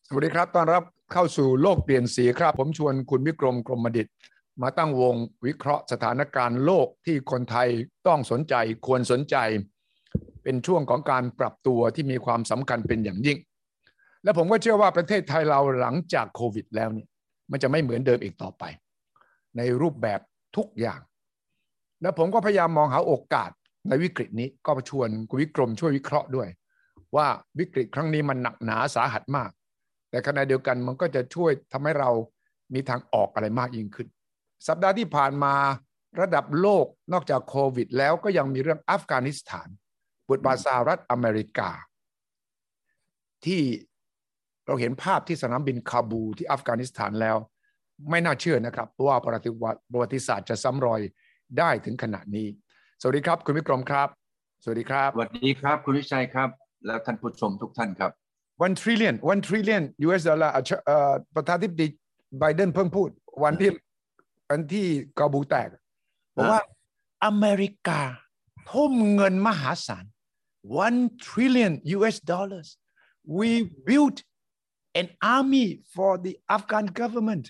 สวัสดีครับต้อนรับเข้าสู่โลกเปลี่ยนสีครับผมชวนคุณวิกรมกรมดิษฐ์มาตั้งวงวิเคราะห์สถานการณ์โลกที่คนไทยต้องสนใจควรสนใจเป็นช่วงของการปรับตัวที่มีความสำคัญเป็นอย่างยิ่งและผมก็เชื่อว่าประเทศไทยเราหลังจากโควิดแล้วเนี่ยมันจะไม่เหมือนเดิมอีกต่อไปในรูปแบบทุกอย่างและผมก็พยายามมองหาโอกาสในวิกฤตนี้ก็ชวนคุณวิกรมช่วยวิเคราะห์ด้วยว่าวิกฤตครั้งนี้มันหนักหนาสาหัสมากแต่ขณะเดียวกันมันก็จะช่วยทำให้เรามีทางออกอะไรมากยิ่งขึ้นสัปดาห์ที่ผ่านมาระดับโลกนอกจากโควิดแล้วก็ยังมีเรื่องอัฟกานิสถานบทบาทสหรัฐอเมริกาที่เราเห็นภาพที่สนามบินคาบูที่อัฟกานิสถานแล้วไม่น่าเชื่อนะครับว่าประวัติศาสตร์จะซ้ำรอยได้ถึงขนาดนี้สวัสดีครับคุณวิกรมครับสวัสดีครับสวัสดีครับคุณวิชัยครับและท่านผู้ชมทุกท่านครับ 1 trillion US ดอลลาร์ประธานาธิบดีไบเดนเพิ่งพูดวันที่กาบูแตกบอกว่าอเมริกาทุ่มเงินมหาศาล1 trillion US dollars we built an army for the Afghan government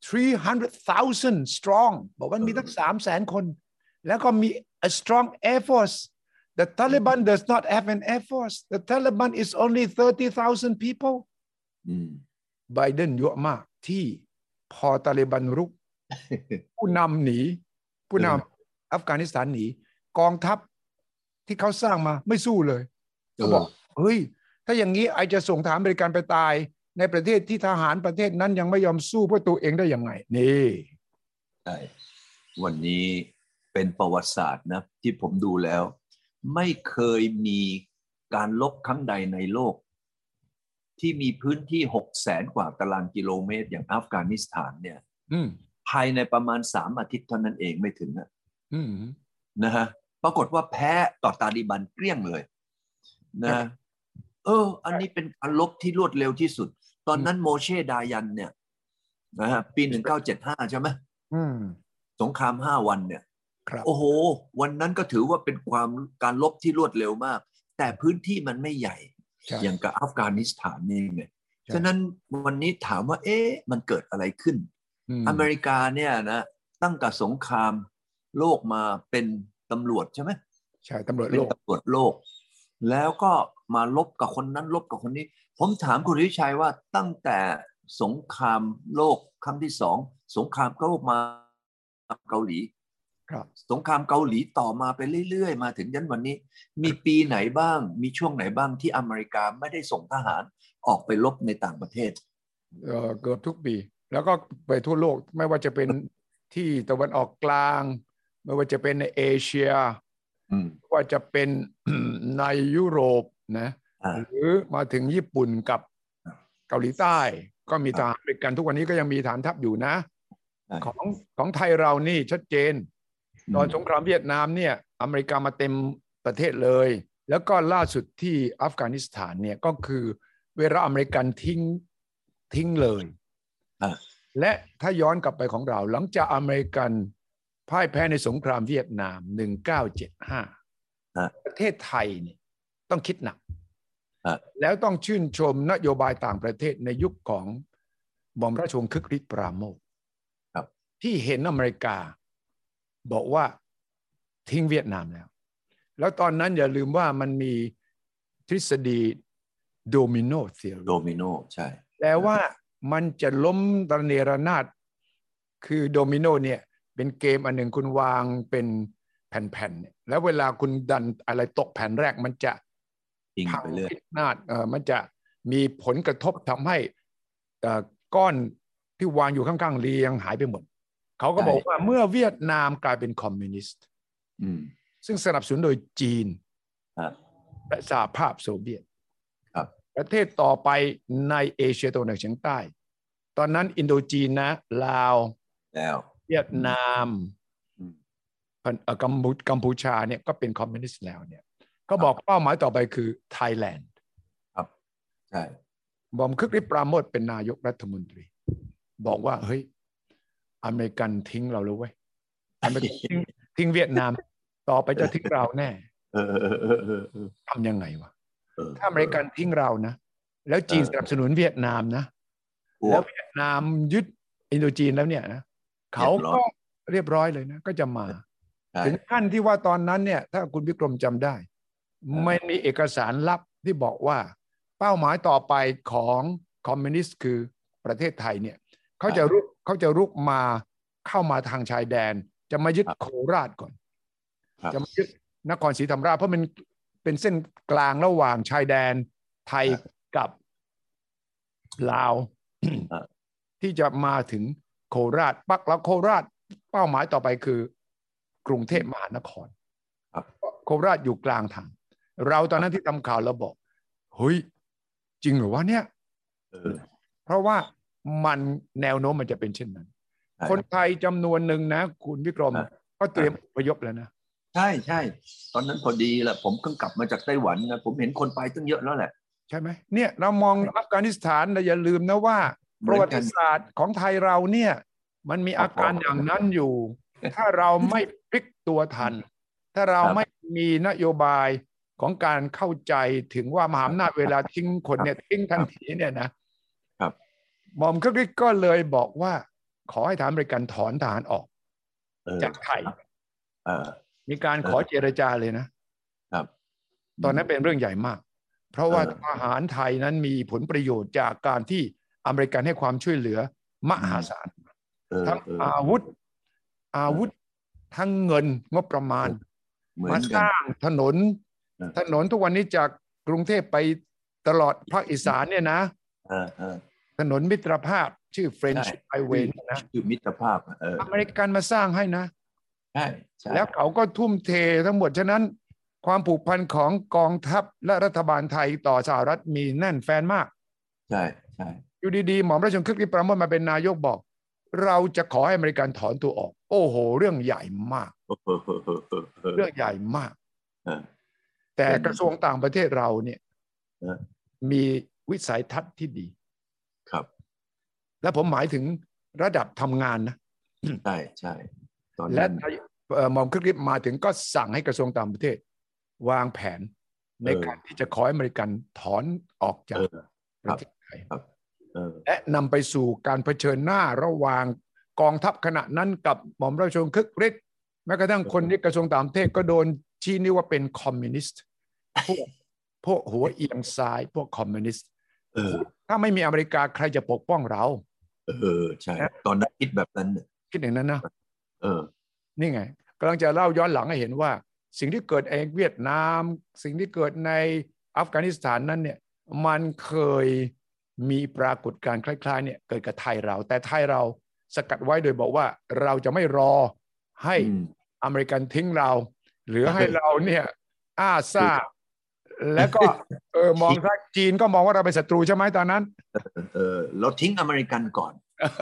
300,000 strong บอกว่ามีตั้ง300,000 คนแล้วก็มี a strong air force The Taliban does not have an air force. The Taliban is only 30,000 people. ไบเดนเยอะมากที่พอตาลิบันรุก ผู้นำหนีผู้นำอัฟกานิสถานหนีกองทัพที่เขาสร้างมาไม่สู้เลยเขาบอกเฮ้ยถ้าอย่างนี้ไอจะส่งทหารอเมริกันไปตายในประเทศที่ทหารประเทศนั้นยังไม่ยอมสู้เพื่อตัวเองได้ยังไงนี่ใช่วันนี้เป็นประวัติศาสตร์นะที่ผมดูแล้วไม่เคยมีการรบครั้งใดในโลกที่มีพื้นที่ 600,000 กว่าตารางกิโลเมตรอย่างอัฟกานิสถานเนี่ยภายในประมาณ3 อาทิตย์เท่านั้นเองไม่ถึงนะฮะปรากฏว่าแพ้ต่อตาลิบันเกลี้ยงเลยนะอันนี้เป็นการรบที่รวดเร็วที่สุดตอนนั้นโมเชดายันเนี่ยนะฮะปี1975ใช่ไหมสงคราม5 วันเนี่ยโอ้โหวันนั้นก็ถือว่าเป็นการรบที่รวดเร็วมากแต่พื้นที่มันไม่ใหญ่อย่างกับอัฟกานิสถานนี่ไงฉะนั้นวันนี้ถามว่ามันเกิดอะไรขึ้นอเมริกาเนี่ยนะตั้งแต่สงครามโลกมาเป็นตำรวจใช่ไหมใช่ตำรวจโลกเป็นตำรวจโลกแล้วก็มาลบกับคนนั้นลบกับคนนี้ผมถามคุณวิชัยว่าตั้งแต่สงครามโลกครั้งที่2สงครามโลกมาเกาหลีสงครามเกาหลีต่อมาไปเรื่อยๆมาถึงยันวันนี้มีปีไหนบ้างมีช่วงไหนบ้างที่อเมริกาไม่ได้ส่งทหารออกไปรบในต่างประเทศเกือบทุกปีแล้วก็ไปทั่วโลกไม่ว่าจะเป็นที่ตะวันออกกลางไม่ว่าจะเป็นในเอเชียว่าจะเป็นในยุโรปนะหรือมาถึงญี่ปุ่นกับเกาหลีใต้ก็มีทหารอเมริกันทุกวันนี้ก็ยังมีฐานทัพอยู่นะของไทยเรานี่ชัดเจนตอนสงครามเวียดนามเนี่ยอเมริกามาเต็มประเทศเลยแล้วก็ล่าสุดที่อัฟกานิสถานเนี่ยก็คือเวลาอเมริกันทิ้งเลยและถ้าย้อนกลับไปของเราหลังจากอเมริกันพ่ายแพ้ในสงครามเวียดนาม1975ประเทศไทยเนี่ยต้องคิดหนักแล้วต้องชื่นชมนโยบายต่างประเทศในยุคของหม่อมราชวงศ์คึกฤทธิ์ปราโมชที่เห็นอเมริกาบอกว่าทิ้งเวียดนามแล้วตอนนั้นอย่าลืมว่ามันมีทฤษฎีโดมิโนใช่แปลว่ามันจะล้มระเนระนาดคือโดมิโนเนี่ยเป็นเกมอันหนึ่งคุณวางเป็นแผ่นๆแล้วเวลาคุณดันอะไรตกแผ่นแรกมันจะพังพินาศมันจะมีผลกระทบทำให้ก้อนที่วางอยู่ข้างๆเรียงหายไปหมดเขาก็บอกว่าเมื่อเวียดนามกลายเป็นคอมมิวนิสต์ซึ่งสนับสนุนโดยจีนและสหภาพโซเวียตประเทศต่อไปในเอเชียตะวันออกเฉียงใต้ตอนนั้นอินโดจีนนะลาวเวียดนามกัมพูชาเนี่ยก็เป็นคอมมิวนิสต์แล้วเนี่ยก็บอกเป้าหมายต่อไปคือไทยแลนด์ครับใช่บอมคึกฤทธิ์ปราโมชเป็นนายกรัฐมนตรีบอกว่าเฮ้ยอเมริกันทิ้งเราเลยเว้ยอเมริกันทิ้งเวียดนามต่อไปจะทิ้งเราแน่ทำยังไงวะถ้าอเมริกันทิ้งเรานะแล้วจีนสนับสนุนเวียดนามนะแล้วเวียดนามยึดอินโดจีนแล้วเนี่ยนะเขาก็เรียบร้อยเลยนะก็จะมาถึงขั้นที่ว่าตอนนั้นเนี่ยถ้าคุณวิกรมจำได้ไม่มีเอกสารลับที่บอกว่าเป้าหมายต่อไปของคอมมิวนิสต์คือประเทศไทยเนี่ยเขาจะรุกมาเข้ามาทางชายแดนจะมายึดโคราชก่อนจะมายึดนครศรีธรรมราชเพราะมันเป็นเส้นกลางระหว่างชายแดนไทยกับลาวที่จะมาถึงโคราชปักแล้วโคราชเป้าหมายต่อไปคือกรุงเทพมหานครโคราชอยู่กลางทางเราตอนนั้นที่ทำข่าวเราบอกเฮ้ยจริงหรือวะเนี่ยเพราะว่ามันแนวโน้มมันจะเป็นเช่นนั้นคนไทยจำนวนหนึ่งนะคุณวิกรมก็เตรียมอพยพแล้วนะใช่ใช่ตอนนั้นพอดีแหละผมเพิ่งกลับมาจากไต้หวันนะผมเห็นคนไปตั้งเยอะแล้วแหละใช่ไหมเนี่ยเรามองอัฟกานิสถานเราอย่าลืมนะว่าประวัติศาสตร์ของไทยเราเนี่ยมันมีอาการอย่างนั้นอยู่ถ้าเราไม่พลิกตัวทันถ้าเราไม่มีนโยบายของการเข้าใจถึงว่ามหาอำนาจเวลาทิ้งคนเนี่ยทิ้งทันทีเนี่ยนะครับหม่อมคึกฤทธิ์ก็เลยบอกว่าขอให้ทหารอเมริกันถอนทหารออกจากไทยมีการขอเจรจาเลยนะครับตอนนั้นเป็นเรื่องใหญ่มากเพราะว่าทหารไทยนั้นมีผลประโยชน์จากการที่อเมริกันให้ความช่วยเหลือมหาศาลทั้งอาวุธทั้งเงินงบประมาณมาสร้างถนนทุกวันนี้จากกรุงเทพไปตลอดภาคอีสานเนี่ยนะถนนมิตรภาพชื่อ French Highway นะชื่อมิตรภาพอเมริกันมาสร้างให้นะใช่แล้วเขาก็ทุ่มเททั้งหมดฉะนั้นความผูกพันของกองทัพและรัฐบาลไทยต่อสหรัฐมีแน่นแฟนมากใช่ใช่อยู่ดีๆหม่อมราชวงศ์คึกฤทธิ์ปราโมชมาเป็นนายกบอกเราจะขอให้อเมริกันถอนตัวออกโอ้โหเรื่องใหญ่มากเรื่องใหญ่มากแต่กระทรวงต่างประเทศเราเนี่ยมีวิสัยทัศน์ที่ดีครับและผมหมายถึงระดับทำงานนะใช่ใช่ตอนและนั้นหม่อมคึกฤทธิ์มาถึงก็สั่งให้กระทรวงต่างประเทศวางแผนในการที่จะขอให้อเมริกันถอนออกจากประเทศไทยและนำไปสู่การเผชิญหน้าระหว่างกองทัพขณะนั้นกับหม่อมราชวงศ์คึกฤทธิ์แม้กระทั่งคนที่กระทรวงต่างประเทศก็โดนชี้นิ้วว่าเป็นคอมมิวนิสต์พวกหัวเอียงซ้ายพวกคอมมิวนิสต์ถ้าไม่มีอเมริกาใครจะปกป้องเราใช่ตอนนั้นคิดแบบนั้นคิดอย่างนั้นนะนี่ไงกำลังจะเล่าย้อนหลังให้เห็นว่าสิ่งที่เกิดในเวียดนามสิ่งที่เกิดในอัฟกานิสถานนั้นเนี่ยมันเคยมีปรากฏการณ์คล้ายๆเนี่ยเกิดกับไทยเราแต่ไทยเราสกัดไว้โดยบอกว่าเราจะไม่รอให้อเมริกันทิ้งเราหรือให้เราเนี่ยซ่าแล้วก็มองว่าจีนก็มองว่าเราเป็นศัตรูใช่ไหมตอนนั้นเราทิ้งอเมริกันก่อน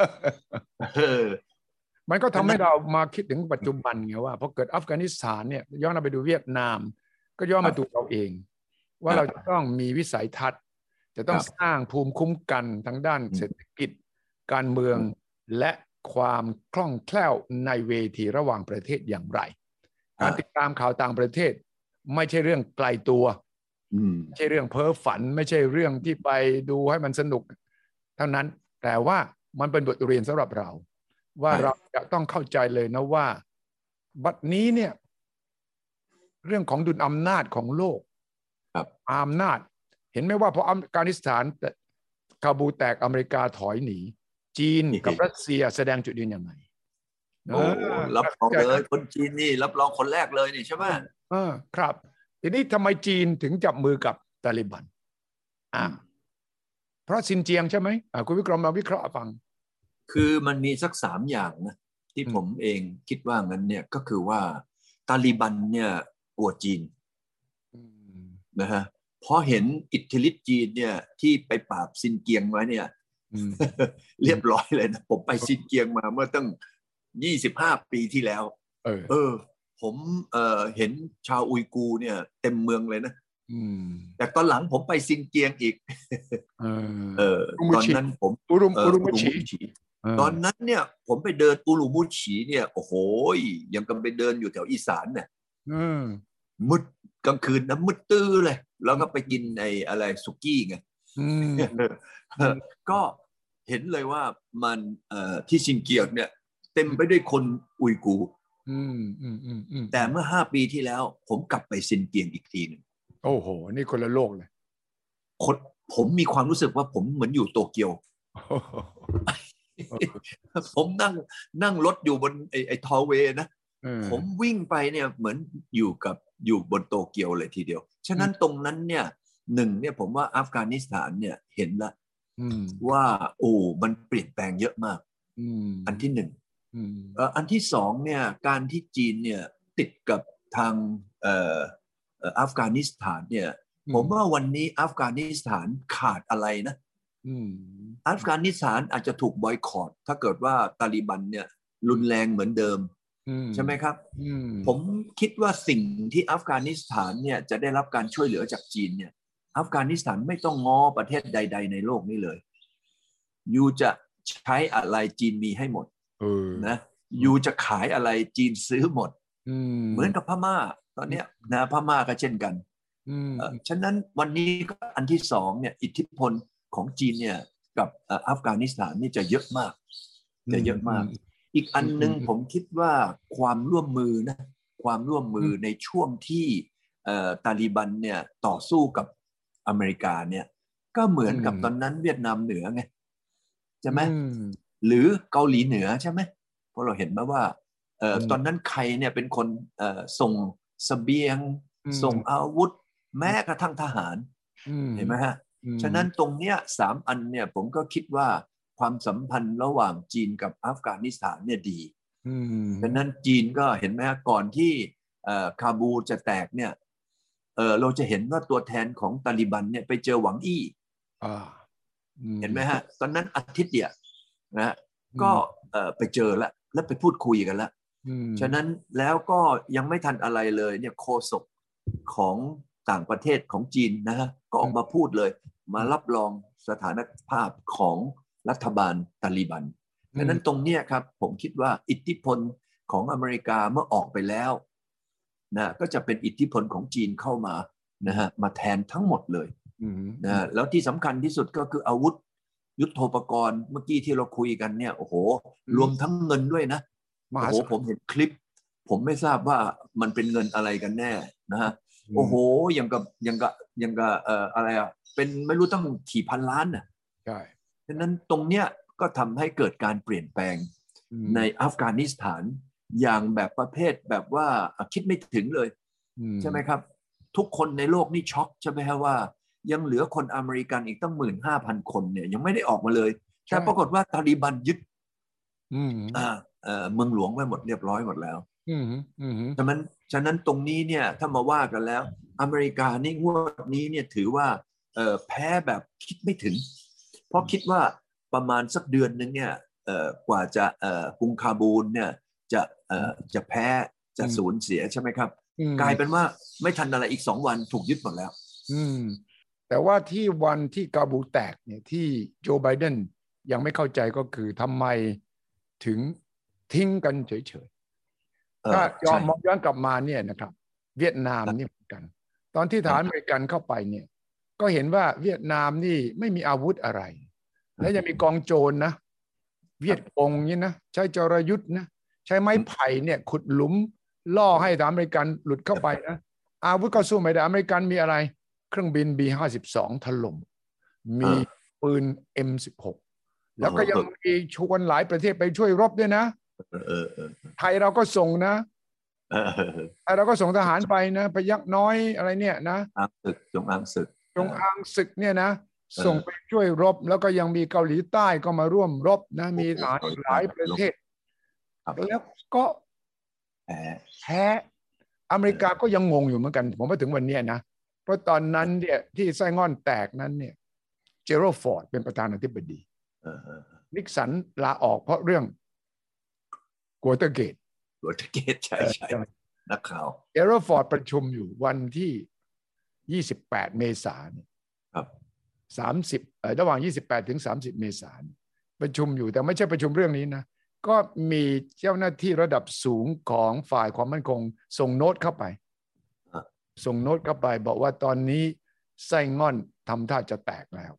มันก็ทำให้เรามาคิดถึงปัจจุบันไงว่าพอเกิดอัฟกานิสถานเนี่ยย้อนไปดูเวียดนามก็ย้อนมาดูเราเองว่าเราจะต้องมีวิสัยทัศน์จะต้องสร้างภูมิคุ้มกันทางด้านเศรษฐกิจการเมืองและความคล่องแคล่วในเวทีระหว่างประเทศอย่างไรการติดตามข่าวต่างประเทศไม่ใช่เรื่องไกลตัวไม่ใช่เรื่องเพ้อฝันไม่ใช่เรื่องที่ไปดูให้มันสนุกเท่านั้นแต่ว่ามันเป็นบทเรียนสำหรับเราว่าเราจะต้องเข้าใจเลยนะว่าบัดนี้เนี่ยเรื่องของดุลอำนาจของโลกอำนาจเห็นไหมว่าพออัฟกานิสถานคาบูแตกอเมริกาถอยหนีจีนกับรัสเซียแสดงจุดยืนยังไงรับรองเลยคนจีนนี่รับรองคนแรกเลยนี่ใช่ไหมครับทีนี้ทำไมจีนถึงจับมือกับตาลิบันเพราะซินเจียงใช่ไหมคุณวิกรมมาวิเคราะห์ฟังคือมันมีสัก3 อย่างนะที่ผมเองคิดว่างั้นเนี่ยก็คือว่าตาลิบันเนี่ยกลัวจีนนะฮะเพราะเห็นอิทธิฤทธิ์จีนเนี่ยที่ไปปราบซินเจียงไว้เนี่ยเรียบร้อยเลยนะผมไปซินเจียงมาเมื่อตั้ง25 ปีที่แล้วผมเห็นชาวอุยกูร์เนี่ยเต็มเมืองเลยนะแต่ตอนหลังผมไปซินเจียงอีกตอนนั้นผมอุรุมุชิตอนนั้นเนี่ยผมไปเดินอุรุมุชิเนี่ยโอ้โหยังกับไปเดินอยู่แถวอีสานเนี่ยมืดกลางคืนนะมืดตื้อเลยแล้วก็ไปกินอะไรสุกี้ไงก็เห็นเลยว่ามันที่ซินเกียงเนี่ยเต็มไปด้วยคนอุยกูร์แต่เมื่อ5 ปีที่แล้วผมกลับไปซินเกียงอีกทีหนึ่งโอ้โหนี่คนละโลกเลยผมมีความรู้สึกว่าผมเหมือนอยู่โตเกียวผมนั่งรถอยู่บนไอ้ทอลเวย์นะผมวิ่งไปเนี่ยเหมือนอยู่บนโตเกียวเลยทีเดียวฉะนั้นตรงนั้นเนี่ยเนี่ยผมว่าอัฟกานิสถานเนี่ยเห็นละว่ามันเปลี่ยนแปลงเยอะมากอันที่ 1อันที่ 2เนี่ยการที่จีนเนี่ยติดกับทางอัฟกานิสถานเนี่ยผมว่าวันนี้อัฟกานิสถานขาดอะไรนะอัฟกานิสถานอาจจะถูกบอยคอตถ้าเกิดว่าตาลิบันเนี่ยรุนแรงเหมือนเดิมใช่ไหมครับผมคิดว่าสิ่งที่อัฟกานิสถานเนี่ยจะได้รับการช่วยเหลือจากจีนเนี่ยอัฟกานิสถานไม่ต้องง้อประเทศใดๆในโลกนี้เลยยูจะใช้อะไรจีนมีให้หมดนะยูจะขายอะไรจีนซื้อหมดเหมือนกับพม่าตอนนี้นะพม่าก็เช่นกันฉะนั้นวันนี้ก็อันที่ 2เนี่ยอิทธิพลของจีนเนี่ยกับอัฟกานิสถานนี่จะเยอะมากอีกอันนึงผมคิดว่าความร่วมมือนะความร่วมมือในช่วงที่ตาลิบันเนี่ยต่อสู้กับอเมริกาเนี่ยก็เหมือนกับตอนนั้นเวียดนามเหนือไงใช่ไหมหรือเกาหลีเหนือใช่ไหมเพราะเราเห็นมาว่าตอนนั้นใครเนี่ยเป็นคนส่งเสบียงส่งอาวุธแม้กระทั่งทหารเห็นไหมฮะฉะนั้นตรงเนี้ย3 อันเนี่ยผมก็คิดว่าความสัมพันธ์ระหว่างจีนกับอัฟกานิสถานเนี่ยดีฉะนั้นจีนก็เห็นไหมฮะก่อนที่คาบูลจะแตกเนี่ยเราจะเห็นว่าตัวแทนของตาลิบันเนี่ยไปเจอหวังอี้เห็นไหมฮะตอนนั้นอาทิตย์เดียวนะก็ไปเจอแล้วไปพูดคุยกันแล้วฉะนั้นแล้วก็ยังไม่ทันอะไรเลยเนี่ยโฆษกของต่างประเทศของจีนนะฮะก็ออกมาพูดเลยมารับรองสถานภาพของรัฐบาลตาลิบันฉะนั้นตรงเนี้ยครับผมคิดว่าอิทธิพลของอเมริกาเมื่อออกไปแล้วนะก็จะเป็นอิทธิพลของจีนเข้ามานะฮะมาแทนทั้งหมดเลยนะแล้วที่สำคัญที่สุดก็คืออาวุธยุทโธปกรณ์เมื่อกี้ที่เราคุยกันเนี่ยโอ้โหรวมทั้งเงินด้วยนะโอ้โหผมเห็นคลิปผมไม่ทราบว่ามันเป็นเงินอะไรกันแน่นะฮะโอ้โหยังกับอะไรอ่ะเป็นไม่รู้ตั้งกี่พันล้านน่ะใช่ฉะนั้นตรงเนี้ยก็ทำให้เกิดการเปลี่ยนแปลงในอัฟกานิสถานอย่างแบบประเภทแบบว่าคิดไม่ถึงเลยใช่ไหมครับทุกคนในโลกนี่ช็อกใช่ไหมฮะว่ายังเหลือคนอเมริกันอีกตั้ง 15,000 คนเนี่ยยังไม่ได้ออกมาเลยแต่ปรากฏว่าตาลิบันยึดเมืองหลวงไว้หมดเรียบร้อยหมดแล้วฉะนั้นตรงนี้เนี่ยถ้ามาว่ากันแล้วอเมริกานี่งวดนี้เนี่ยถือว่าแพ้แบบคิดไม่ถึงเพราะคิดว่าประมาณสักเดือนนึงเนี่ยกว่าจะกรุงคาบูลเนี่ยจะแพ้จะสูญเสียใช่ไหมครับกลายเป็นว่าไม่ทันอะไรอีก2 วันถูกยึดหมดแล้วแต่ว่าที่วันที่กาบูลแตกเนี่ยที่โจไบเดนยังไม่เข้าใจก็คือทำไมถึงทิ้งกันเฉยๆถ้ามองย้อนกลับมาเนี่ยนะครับเวียดนามนี่เหมือนกันตอนที่ทหารอเมริกันเข้าไปเนี่ยก็เห็นว่าเวียดนามนี่ไม่มีอาวุธอะไรและยังมีกองโจรนะเวียดกงนี่นะใช้จรยุทธ์นะใช้ไม้ไผ่เนี่ยขุดหลุมล่อให้ทหารอเมริกันหลุดเข้าไปนะอาวุธก็สู้ไม่ได้อเมริกันมีอะไรเครื่องบิน B-52 ถล่มมีปืน M16 แล้วก็ยังมีชวนหลายประเทศไปช่วยรบด้วยนะไทยเราก็ส่งนะไทยเราก็ส่งทหารไปนะพยัคฆ์น้อยอะไรเนี่ยนะจงอางศึกเนี่ยนะส่งไปช่วยรบแล้วก็ยังมีเกาหลีใต้ก็มาร่วมรบนะมีทหารหลายประเทศแล้วก็แพ้อเมริกาก็ยังงงอยู่เหมือนกันผมมาถึงวันนี้นะเพราะตอนนั้นเนี่ยที่ไส้ง่อนแตกนั้นเนี่ยเจอโรฟอร์ดเป็นประธานาธิบดีนิกสันลาออกเพราะเรื่องวอเตอร์เกตใช่นักข่าวเจอโรฟอร์ดประชุมอยู่วันที่28 เมษายนครับระหว่าง28 ถึง 30 เมษายนประชุมอยู่แต่ไม่ใช่ประชุมเรื่องนี้นะก็มีเจ้าหน้าที่ระดับสูงของฝ่ายความมั่นคงส่งโน้ตเข้าไปบอกว่าตอนนี้ไส้ง่อนทำท่าจะแตกแล้ว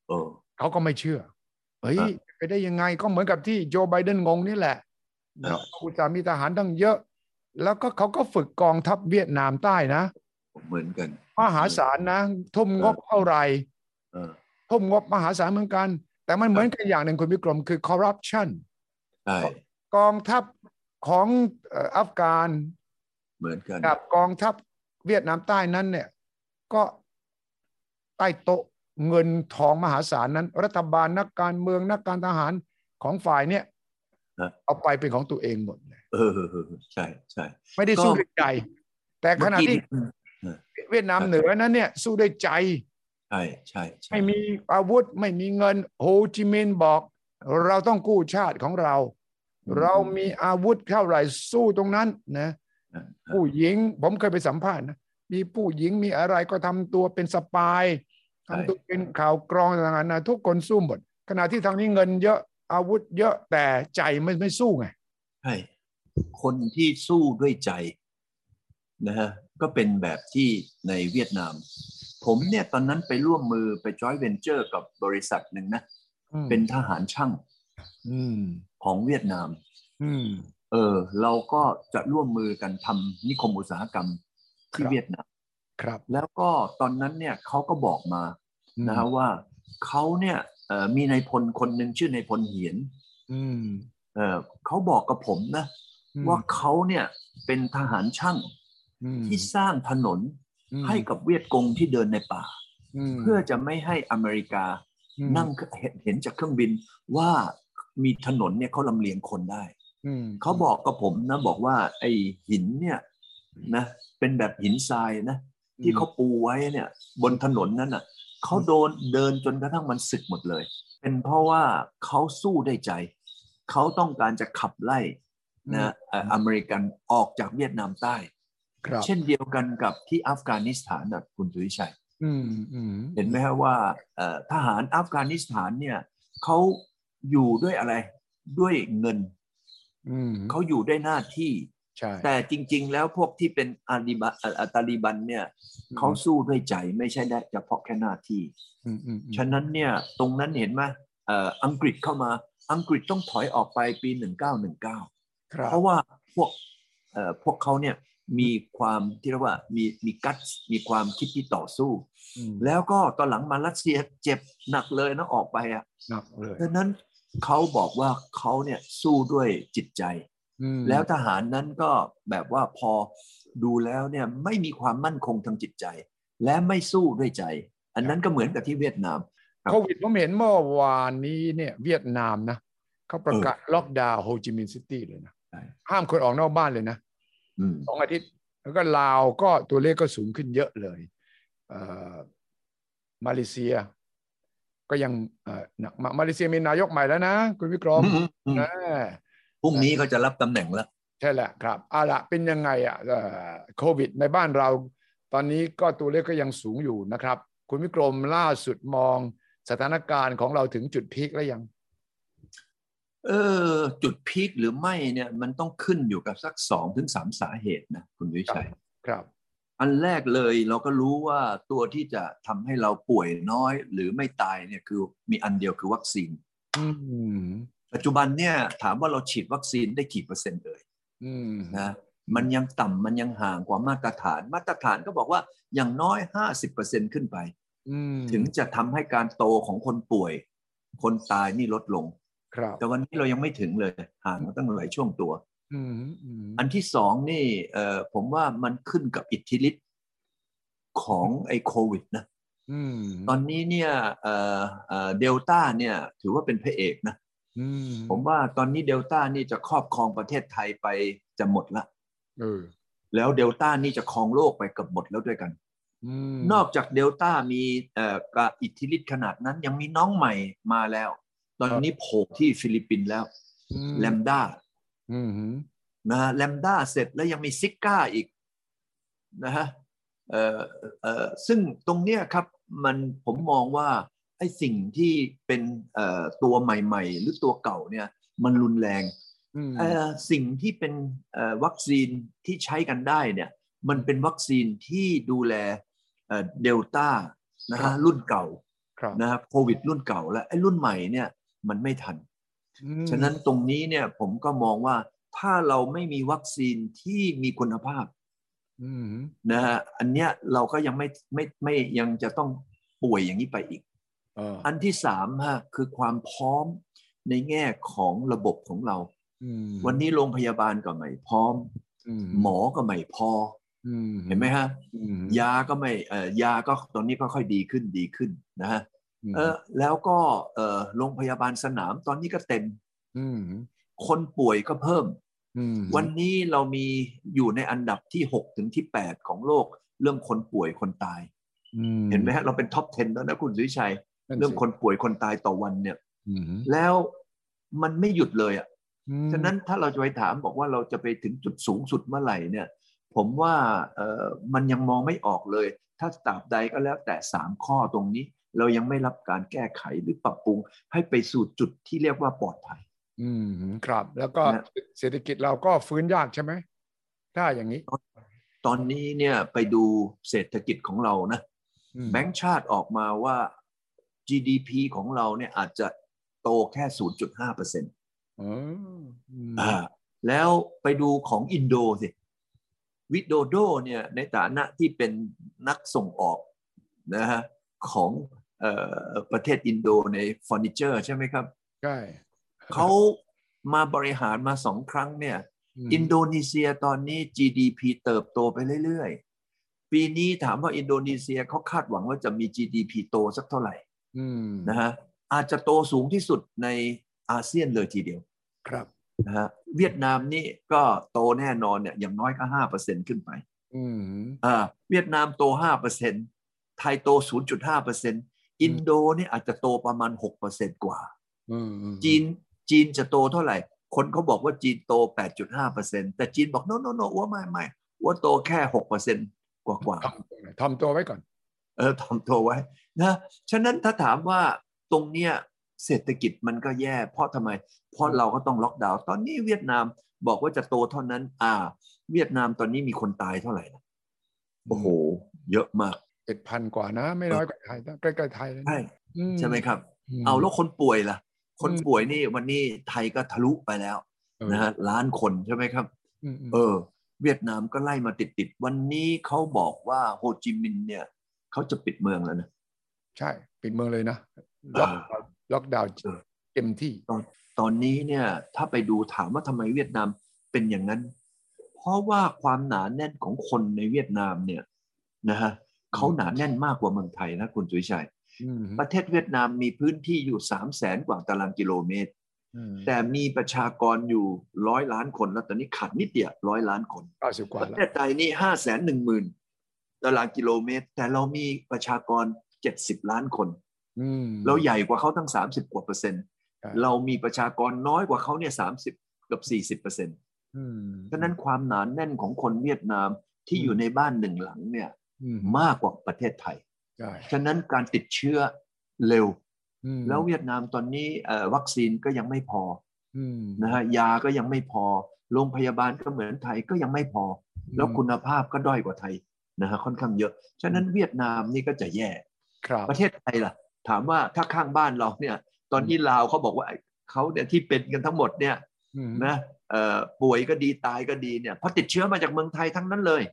เขาก็ไม่เชื่อเฮ้ยไปได้ยังไงก็เหมือนกับที่โจไบเดนงงนี่แหละอุตสาหมีทหารตั้งเยอะแล้วก็เขาก็ฝึกกองทัพเวียดนามใต้นะเหมือนกันมหาศาลนะทุ่มงบเท่าไหร่ทุ่มงบมหาศาลเหมือนกันแต่มันเหมือนกันอย่างหนึ่งคุณวิกรมคือคอร์รัปชันกองทัพของอัฟกานเหมือนกันกับกองทัพเวียดนามใต้นั้นเนี่ยก็ใต้โต๊ะเงินทองมหาศาลนั้นรัฐบาลนักการเมืองนักการทหารของฝ่ายเนี่ยเอาไปเป็นของตัวเองหมดเลยใช่ใช่ไม่ได้สู้ด้วยใจแต่ขณะที่เวียดนามเหนือนั้นเนี่ยสู้ด้วยใจใช่ใช่ไม่มีอาวุธไม่มีเงินโฮจิมินห์บอกเราต้องกู้ชาติของเราเรามีอาวุธเท่าไหร่สู้ตรงนั้นนะผู้หญิงผมเคยไปสัมภาษณ์นะมีผู้หญิงมีอะไรก็ทำตัวเป็นสปายทำตัวเป็นข่าวกรองต่างๆนะทุกคนสู้หมดขณะที่ทางนี้เงินเยอะอาวุธเยอะแต่ใจไม่สู้ไงใช่คนที่สู้ด้วยใจนะฮะก็เป็นแบบที่ในเวียดนามผมเนี่ยตอนนั้นไปร่วมมือไปจอยเวนเจอร์กับบริษัทหนึ่งนะเป็นทหารช่างของเวียดนามเราก็จะร่วมมือกันทำนิคมอุตสาหกรรมที่เวียดนามครับแล้วก็ตอนนั้นเนี่ยเขาก็บอกมานะฮะว่าเขาเนี่ยมีนายพลคนหนึ่งชื่อนายพลเหียนเขาบอกกับผมนะว่าเขาเนี่ยเป็นทหารช่างที่สร้างถนนให้กับเวียดกงที่เดินในป่าเพื่อจะไม่ให้อเมริกานั่งเห็นจากเครื่องบินว่ามีถนนเนี่ยเขาลำเลียงคนได้เขาบอกกับผมนะบอกว่าไอ้หินเนี่ยนะเป็นแบบหินทรายนะที่เขาปูไว้เนี่ยบนถนนนั้นน่ะเขาเดินจนกระทั่งมันสึกหมดเลยเป็นเพราะว่าเขาสู้ได้ใจเขาต้องการจะขับไล่นะอเมริกันออกจากเวียดนามใต้เช่นเดียวกันกับที่อัฟกานิสถานนะคุณสุริชัยเห็นไหมครับว่าทหารอัฟกานิสถานเนี่ยเขาอยู่ด้วยอะไรด้วยเงินเขาอยู่ได้หน้าที่แต่จริงๆแล้วพวกที่เป็นตาลีบันเนี่ยเขาสู้ด้วยใจไม่ใช่ได้เฉพาะแค่หน้าที่ฉะนั้นเนี่ยตรงนั้นเห็นไหมอังกฤษเข้ามาอังกฤษต้องถอยออกไปปี1919เพราะว่าพวกเขาเนี่ยมีความที่เรียกว่ามีกัตมีความคิดที่ต่อสู้แล้วก็ตอนหลังมารัสเซียเจ็บหนักเลยนะออกไปหนักเลยดังนั้นเขาบอกว่าเขาเนี่ยสู้ด้วยจิตใจแล้วทหารนั้นก็แบบว่าพอดูแล้วเนี่ยไม่มีความมั่นคงทางจิตใจและไม่สู้ด้วยใจอันนั้นก็เหมือนกับที่เวียดนามโควิดผมเห็นเมื่อวานนี้เนี่ยเวียดนามนะเขาประกาศล็อกดาวน์โฮจิมินห์ซิตี้เลยนะห้ามคนออกนอกบ้านเลยนะ2 อาทิตย์แล้วก็ลาวก็ตัวเลขก็สูงขึ้นเยอะเลยมาเลเซียก็ยังมาเลเซียมีนายกใหม่แล้วนะคุณวิกรมนะพรุ่งนี้เขาจะรับตำแหน่งแล้วใช่แหละครับละเป็นยังไงโควิดในบ้านเราตอนนี้ก็ตัวเลขก็ยังสูงอยู่นะครับคุณวิกรมล่าสุดมองสถานการณ์ของเราถึงจุดพีคแล้วยังจุดพีคหรือไม่เนี่ยมันต้องขึ้นอยู่กับสัก2-3 สาเหตุนะคุณวิชัยครับอันแรกเลยเราก็รู้ว่าตัวที่จะทำให้เราป่วยน้อยหรือไม่ตายเนี่ยคือมีอันเดียวคือวัคซีนปัจจุบันเนี่ยถามว่าเราฉีดวัคซีนได้กี่เปอร์เซ็นต์เลยนะมันยังต่ำมันยังห่างกว่ามาตรฐานก็บอกว่าอย่างน้อย 50% ขึ้นไปถึงจะทำให้การโตของคนป่วยคนตายนี่ลดลงแต่วันนี้เรายังไม่ถึงเลยห่างมาตั้งหลายช่วงตัวอันที่สองนี่ผมว่ามันขึ้นกับอิทธิฤทธิ์ของไอ้โควิดนะตอนนี้เนี่ยเดลต้าเนี่ยถือว่าเป็นพระเอกนะผมว่าตอนนี้เดลต้านี่จะครอบครองประเทศไทยไปจะหมดละแล้วเดลต้านี่จะครองโลกไปเกือบหมดแล้วด้วยกันนอกจากเดลต้ามีอิทธิฤทธิ์ขนาดนั้นยังมีน้องใหม่มาแล้วตอนนี้โผล่ที่ฟิลิปปินส์แล้วแลมด้านะแลมด้าเสร็จแล้วยังมีซิก้าอีกนะฮะซึ่งตรงเนี้ยครับผมมองว่าไอ้สิ่งที่เป็นตัวใหม่ๆหรือตัวเก่าเนี่ยมันรุนแรงสิ่งที่เป็นวัคซีนที่ใช้กันได้เนี่ยมันเป็นวัคซีนที่ดูแลเดลต้านะฮะรุ่นเก่านะครับโควิดรุ่นเก่าแล้วไอ้รุ่นใหม่เนี่ยมันไม่ทันฉะนั้นตรงนี้เนี่ยผมก็มองว่าถ้าเราไม่มีวัคซีนที่มีคุณภาพนะฮะอันเนี้ยเราก็ยังไม่ยังจะต้องป่วยอย่างนี้ไปอีกอันที่สามฮะคือความพร้อมในแง่ของระบบของเราวันนี้โรงพยาบาลก็ไม่พร้อมหมอก็ไม่พอเห็นไหมฮะยาก็ไม่ยาก็ตอนนี้ก็ค่อยดีขึ้นนะฮะแล้วก็โรงพยาบาลสนามตอนนี้ก็เต็มคนป่วยก็เพิ่มวันนี้เรามีอยู่ในอันดับที่6 ถึงที่ 8ของโลกเรื่องคนป่วยคนตายเห็นไหมฮะเราเป็นท็อป 10แล้วนะคุณสุวิชัยเรื่องคนป่วยคนตายต่อวันเนี่ยแล้วมันไม่หยุดเลยอ่ะฉะนั้นถ้าเราจะไปถามบอกว่าเราจะไปถึงจุดสูงสุดเมื่อไหร่เนี่ยผมว่ามันยังมองไม่ออกเลยถ้าตราบใดก็แล้วแต่3ข้อตรงนี้เรายังไม่รับการแก้ไขหรือปรับปรุงให้ไปสู่จุดที่เรียกว่าปลอดภัยครับแล้วก็เศรษฐกิจเราก็ฟื้นยากใช่ไหมถ้าอย่างนี้ตอนนี้เนี่ยไปดูเศรษฐกิจของเรานะแบงก์ชาติออกมาว่า GDP ของเราเนี่ยอาจจะโตแค่ 0.5% แล้วไปดูของอินโดสิวิโดโดเนี่ยในฐานะที่เป็นนักส่งออกนะฮะของประเทศอินโดในเฟอร์นิเจอร์ใช่ไหมครับใช่เขามาบริหารมา2 ครั้งเนี่ยอินโดนีเซียตอนนี้ GDP เติบโตไปเรื่อยๆปีนี้ถามว่าอินโดนีเซียเขาคาดหวังว่าจะมี GDP โตสักเท่าไหร่นะฮะอาจจะโตสูงที่สุดในอาเซียนเลยทีเดียวครับนะฮะเวียดนามนี่ก็โตแน่นอนเนี่ยอย่างน้อยก็ 5% ขึ้นไปเวียดนามโต 5% ไทยโต 0.5% อินโดนี่อาจจะโตประมาณ 6% กว่าจีนจะโตเท่าไหร่คนเขาบอกว่าจีนโต 8.5% แต่จีนบอกโนว่าไม่ว่าโตแค่ 6% กว่าทำตัวไว้ก่อนทำตัวไว้นะฉะนั้นถ้าถามว่าตรงเนี้ยเศรษฐกิจมันก็แย่เพราะทำไมเพราะเราก็ต้องล็อกดาวน์ตอนนี้เวียดนามบอกว่าจะโตเท่านั้นเวียดนามตอนนี้มีคนตายเท่าไหร่นะโอ้โหเยอะมาก 7,000 กว่านะไม่น้อยกว่าไทยใกล้ๆไทยเลยใช่ไหมครับเอาแล้วคนป่วยล่ะคนป่วยนี่วันนี้ไทยก็ทะลุไปแล้วนะฮะ1,000,000 คนใช่ไหมครับเวียดนามก็ไล่มาติดวันนี้เขาบอกว่าโฮจิมินห์เนี่ยเขาจะปิดเมืองแล้วนะใช่ปิดเมืองเลยนะล็อกดาวน์เต็มที่ตอนนี้เนี่ยถ้าไปดูถามว่าทำไมเวียดนามเป็นอย่างนั้นเพราะว่าความหนาแน่นของคนในเวียดนามเนี่ยนะฮะเขาหนาแน่นมากกว่าเมืองไทยนะคุณสุวิชัยประเทศเวียดนามมีพื้นที่อยู่300,000 กว่าตารางกิโลเมตรแต่มีประชากรอยู่100 ล้านคนแล้วตอนนี้ขาดนิดเดียว100 ล้านคนประเทศไทยนี่510,000 ตารางกิโลเมตรแต่เรามีประชากร70 ล้านคนเราใหญ่กว่าเขาตั้ง30 กว่า%เรามีประชากรน้อยกว่าเขาเนี่ย30 กับ 40%ฉะนั้นความหนาแน่นของคนเวียดนามที่อยู่ในบ้าน1 หลังเนี่ยมากกว่าประเทศไทยฉะนั้นการติดเชื้อเร็วแล้วเวียดนามตอนนี้วัคซีนก็ยังไม่พอนะฮะยาก็ยังไม่พอโรงพยาบาลก็เหมือนไทยก็ยังไม่พอแล้วคุณภาพก็ด้อยกว่าไทยนะฮะค่อนข้างเยอะฉะนั้นเวียดนามนี่ก็จะแย่ประเทศไทยล่ะถามว่าถ้าข้างบ้านเราเนี่ยตอนนี้ลาวเขาบอกว่าเขาเนี่ยที่เป็นกันทั้งหมดเนี่ยนะป่วยก็ดีตายก็ดีเนี่ยเพราะติดเชื้อมาจากเมืองไทยทั้งนั้นเลย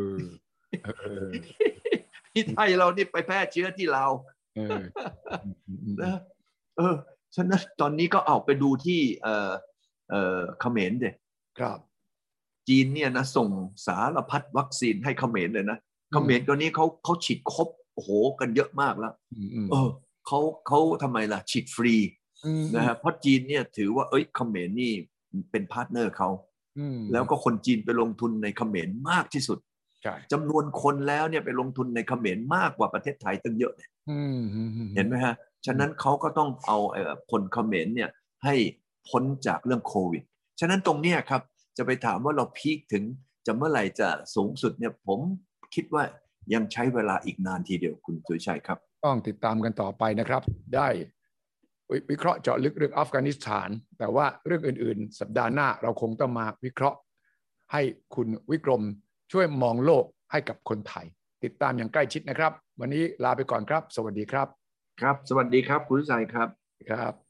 ที่ไทยเรานี่ไปแพร่เชื้อที่ลาวนะฉะนั้นตอนนี้ก็เอาไปดูที่เขมรเด็ครับจีนเนี่ยนะส่งสารพัดวัคซีนให้เขมรเลยนะเขมรตอนนี้เขาฉีดครบโอ้โหกันเยอะมากแล้วเขาทำไมล่ะฉีดฟรีนะฮะเพราะจีนเนี่ยถือว่าเขมรนี่เป็นพาร์ทเนอร์เขาแล้วก็คนจีนไปลงทุนในเขมรมากที่สุดจำนวนคนแล้วเนี่ยไปลงทุนในเขมรมากกว่าประเทศไทยตั้งเยอะเนี่ยเห็นไหมฮะฉะนั้นเขาก็ต้องเอาคนเขมรเนี่ยให้พ้นจากเรื่องโควิดฉะนั้นตรงเนี้ยครับจะไปถามว่าเราพีคถึงจะเมื่อไหร่จะสูงสุดเนี่ยผมคิดว่ายังใช้เวลาอีกนานทีเดียวคุณสุวิชัยครับต้องติดตามกันต่อไปนะครับได้วิเคราะห์เจาะลึกเรื่องอัฟกานิสถานแต่ว่าเรื่องอื่นๆสัปดาห์หน้าเราคงต้องมาวิเคราะห์ให้คุณวิกรมช่วยมองโลกให้กับคนไทยติดตามอย่างใกล้ชิดนะครับวันนี้ลาไปก่อนครับสวัสดีครับครับสวัสดีครับคุณชัยครับครับ